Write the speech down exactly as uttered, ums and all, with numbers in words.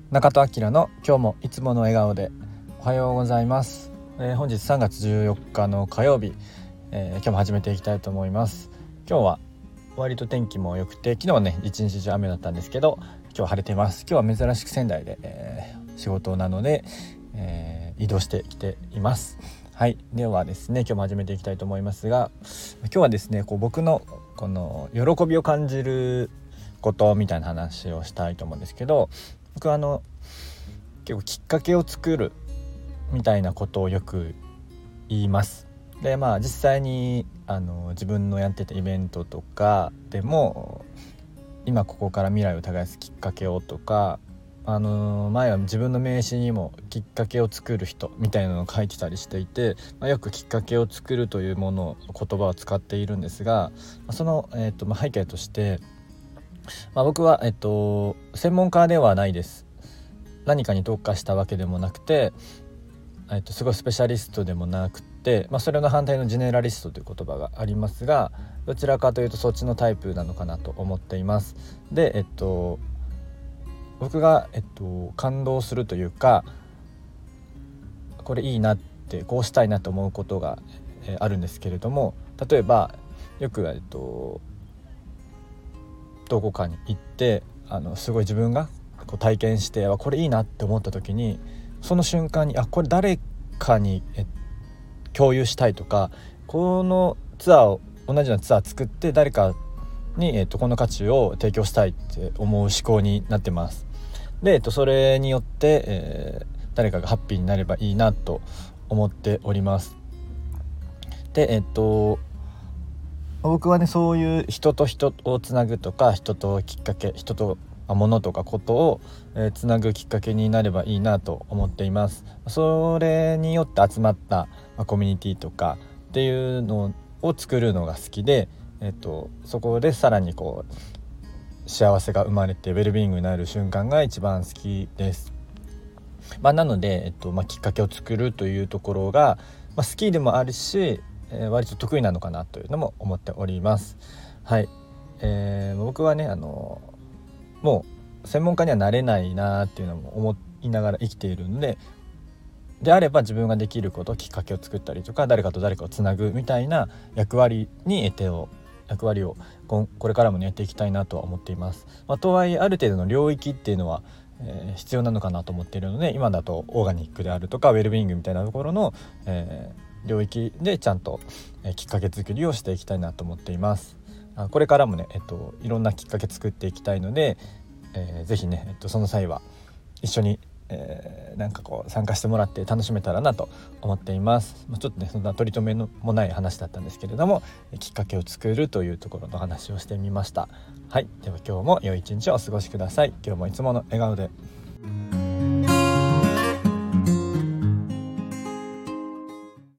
中戸明の今日もいつもの笑顔で。おはようございます、えー、本日さんがつじゅうよっかの火曜日、えー、今日も始めていきたいと思います。今日は割と天気も良くて、昨日はね一日中雨だったんですけど、今日は晴れています。今日は珍しく仙台で、えー、仕事なので、えー、移動してきています。はい、ではですね今日も始めていきたいと思いますが、今日はですねこう僕のこの喜びを感じることみたいな話をしたいと思うんですけど、僕はあの結構きっかけを作るみたいなことをよく言います。でまあ実際にあの自分のやってたイベントとかでも、今ここから未来を耕すきっかけをとか、あの前は自分の名刺にもきっかけを作る人みたいなのを書いてたりしていて、まあ、よくきっかけを作るというもの言葉を使っているんですが、その、えーとまあ、背景として、まあ、僕は、えーと専門家ではないです。何かに特化したわけでもなくて、えっと、すごいスペシャリストでもなくて、まあ、それの反対のジェネラリストという言葉がありますが、どちらかというとそっちのタイプなのかなと思っています。で、えっと、僕が、えっと、感動するというか、これいいなってこうしたいなと思うことが、えー、あるんですけれども、例えばよく、えっと、どこかに行ってあのすごい自分がこう体験してこれいいなって思った時に、その瞬間にあこれ誰かにえ共有したいとか、このツアーを同じようなツアー作って誰かに、えっと、この価値を提供したいって思う思考になってます。で、えっと、それによって、えー、誰かがハッピーになればいいなと思っております。で、えっと僕はねそういう人と人をつなぐとか、人ときっかけ、人と物とかことを、えー、つなぐきっかけになればいいなと思っています。それによって集まった、まあ、コミュニティとかっていうのを作るのが好きで、えーと、そこでさらにこう幸せが生まれてウェルビーイングになる瞬間が一番好きです。まあ、なので、えーとまあ、きっかけを作るというところが、まあ、好きでもあるし、えー、割と得意なのかなというのも思っております。はい、えー、僕はねあのもう専門家にはなれないなっていうのも思いながら生きているので、であれば自分ができること、きっかけを作ったりとか、誰かと誰かをつなぐみたいな役割に手を役割をこれからも、ね、やっていきたいなとは思っています。まあ、とはいえある程度の領域っていうのは、えー、必要なのかなと思っているので、今だとオーガニックであるとかウェルビーイングみたいなところの、えー領域でちゃんと、えー、きっかけ作りをしていきたいなと思っています。あこれからもね、えっと、いろんなきっかけ作っていきたいので、えー、ぜひね、えっと、その際は一緒に、えー、なんかこう参加してもらって楽しめたらなと思っています。まあ、ちょっとねそんな取り留めのもない話だったんですけれども、きっかけを作るというところの話をしてみました。はい、では今日も良い一日をお過ごしください。今日もいつもの笑顔で。